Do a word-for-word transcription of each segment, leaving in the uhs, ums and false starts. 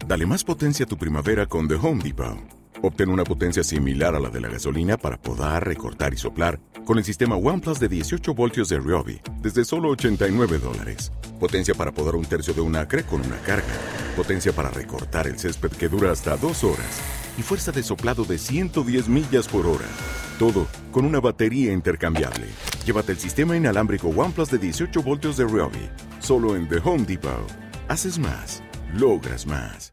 Dale más potencia a tu primavera con The Home Depot. Obtén una potencia similar a la de la gasolina para podar, recortar y soplar con el sistema OnePlus de dieciocho voltios de Ryobi desde solo ochenta y nueve dólares. Potencia para podar un tercio de un acre con una carga. Potencia para recortar el césped que dura hasta dos horas. Y fuerza de soplado de ciento diez millas por hora. Todo con una batería intercambiable. Llévate el sistema inalámbrico OnePlus de dieciocho voltios de Ryobi. Solo en The Home Depot. Haces más. Logras más.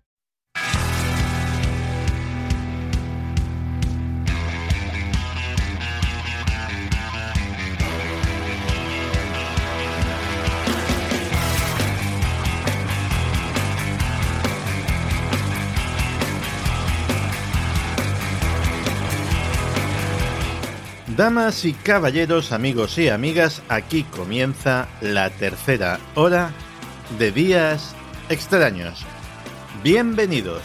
Damas y caballeros, amigos y amigas, aquí comienza la tercera hora de Días Extraños. Bienvenidos.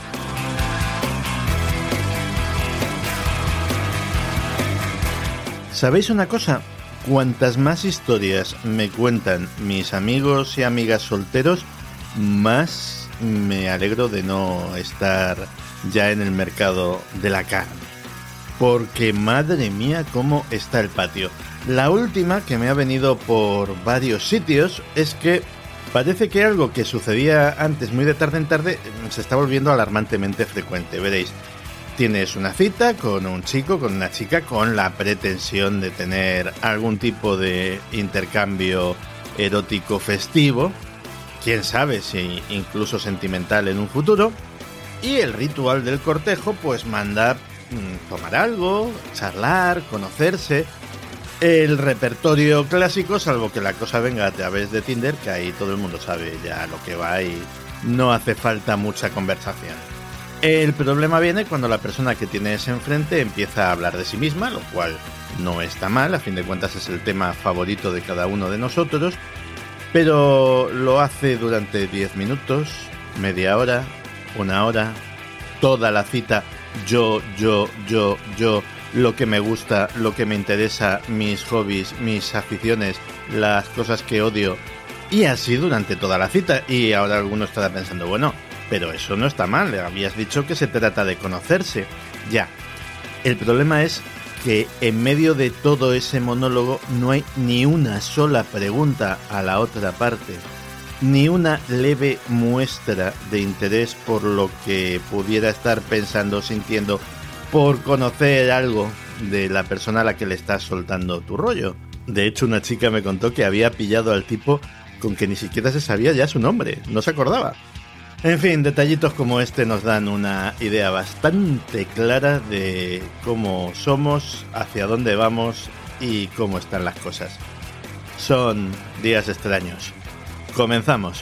¿Sabéis una cosa? Cuantas más historias me cuentan mis amigos y amigas solteros, más me alegro de no estar ya en el mercado de la carne. Porque madre mía cómo está el patio. La última que me ha venido por varios sitios es que parece que algo que sucedía antes muy de tarde en tarde se está volviendo alarmantemente frecuente. Veréis, tienes una cita con un chico, con una chica, con la pretensión de tener algún tipo de intercambio erótico festivo, quién sabe si incluso sentimental en un futuro, y el ritual del cortejo pues manda tomar algo, charlar, conocerse, el repertorio clásico, salvo que la cosa venga a través de Tinder, que ahí todo el mundo sabe ya lo que va y no hace falta mucha conversación. El problema viene cuando la persona que tienes enfrente empieza a hablar de sí misma, lo cual no está mal, a fin de cuentas es el tema favorito de cada uno de nosotros, pero lo hace durante diez minutos, media hora, una hora, toda la cita. Yo, yo, yo, yo, lo que me gusta, lo que me interesa, mis hobbies, mis aficiones, las cosas que odio. Y así durante toda la cita. Y ahora alguno estará pensando, bueno, pero eso no está mal, habías dicho que se trata de conocerse. Ya, el problema es que en medio de todo ese monólogo no hay ni una sola pregunta a la otra parte. Ni una leve muestra de interés por lo que pudiera estar pensando, sintiendo, por conocer algo de la persona a la que le estás soltando tu rollo. De hecho, una chica me contó que había pillado al tipo con que ni siquiera se sabía ya su nombre, no se acordaba. En fin, detallitos como este nos dan una idea bastante clara de cómo somos, hacia dónde vamos y cómo están las cosas. Son días extraños. Comenzamos.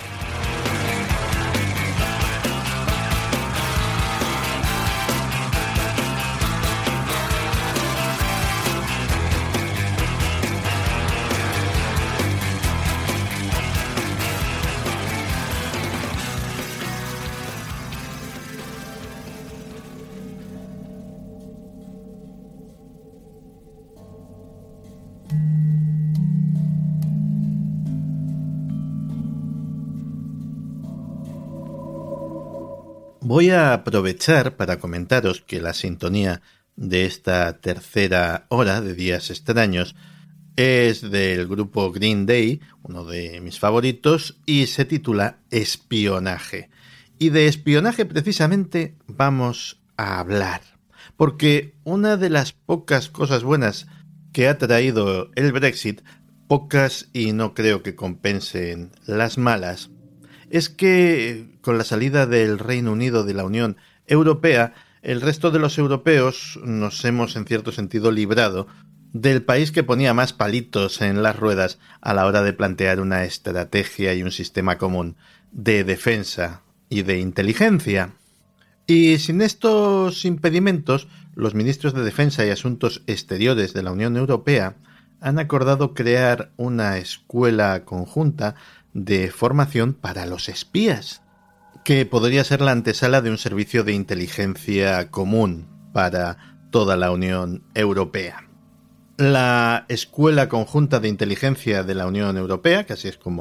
Voy a aprovechar para comentaros que la sintonía de esta tercera hora de Días Extraños es del grupo Green Day, uno de mis favoritos, y se titula Espionaje. Y de espionaje precisamente vamos a hablar, porque una de las pocas cosas buenas que ha traído el Brexit, pocas y no creo que compensen las malas, es que con la salida del Reino Unido de la Unión Europea, el resto de los europeos nos hemos en cierto sentido librado del país que ponía más palitos en las ruedas a la hora de plantear una estrategia y un sistema común de defensa y de inteligencia. Y sin estos impedimentos, los ministros de Defensa y Asuntos Exteriores de la Unión Europea han acordado crear una escuela conjunta de formación para los espías, que podría ser la antesala de un servicio de inteligencia común para toda la Unión Europea. La Escuela Conjunta de Inteligencia de la Unión Europea, que así es como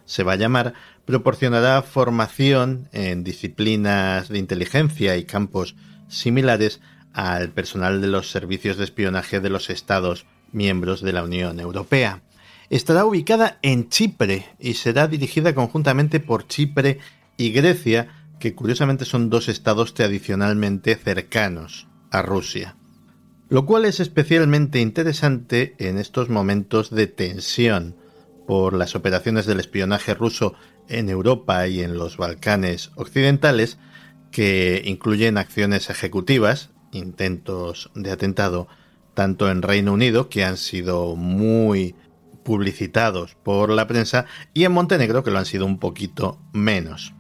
se va a llamar, proporcionará formación en disciplinas de inteligencia y campos similares al personal de los servicios de espionaje de los Estados miembros de la Unión Europea. Estará ubicada en Chipre y será dirigida conjuntamente por Chipre y Grecia, que curiosamente son dos estados tradicionalmente cercanos a Rusia. Lo cual es especialmente interesante en estos momentos de tensión por las operaciones del espionaje ruso en Europa y en los Balcanes occidentales, que incluyen acciones ejecutivas, intentos de atentado, tanto en Reino Unido, que han sido muy publicitados por la prensa, y en Montenegro, que lo han sido un poquito menos.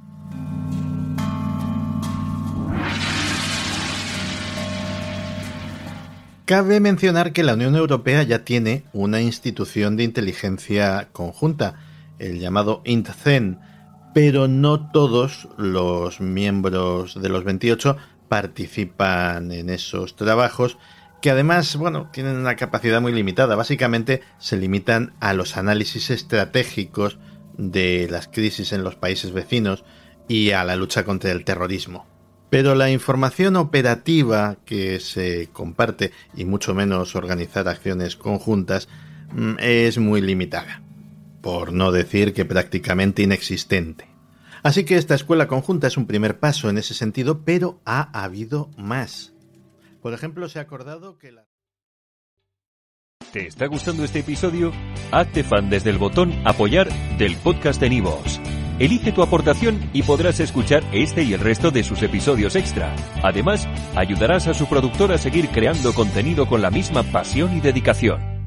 Cabe mencionar que la Unión Europea ya tiene una institución de inteligencia conjunta, el llamado INTCEN, pero no todos los miembros de los veintiocho participan en esos trabajos, que además, bueno, tienen una capacidad muy limitada. Básicamente se limitan a los análisis estratégicos de las crisis en los países vecinos y a la lucha contra el terrorismo. Pero la información operativa que se comparte, y mucho menos organizar acciones conjuntas, es muy limitada, por no decir que prácticamente inexistente. Así que esta escuela conjunta es un primer paso en ese sentido, pero ha habido más. Por ejemplo, se ha acordado que la... ¿Te está gustando este episodio? Hazte fan desde el botón Apoyar del podcast de Nivos. Elige tu aportación y podrás escuchar este y el resto de sus episodios extra. Además, ayudarás a su productor a seguir creando contenido con la misma pasión y dedicación.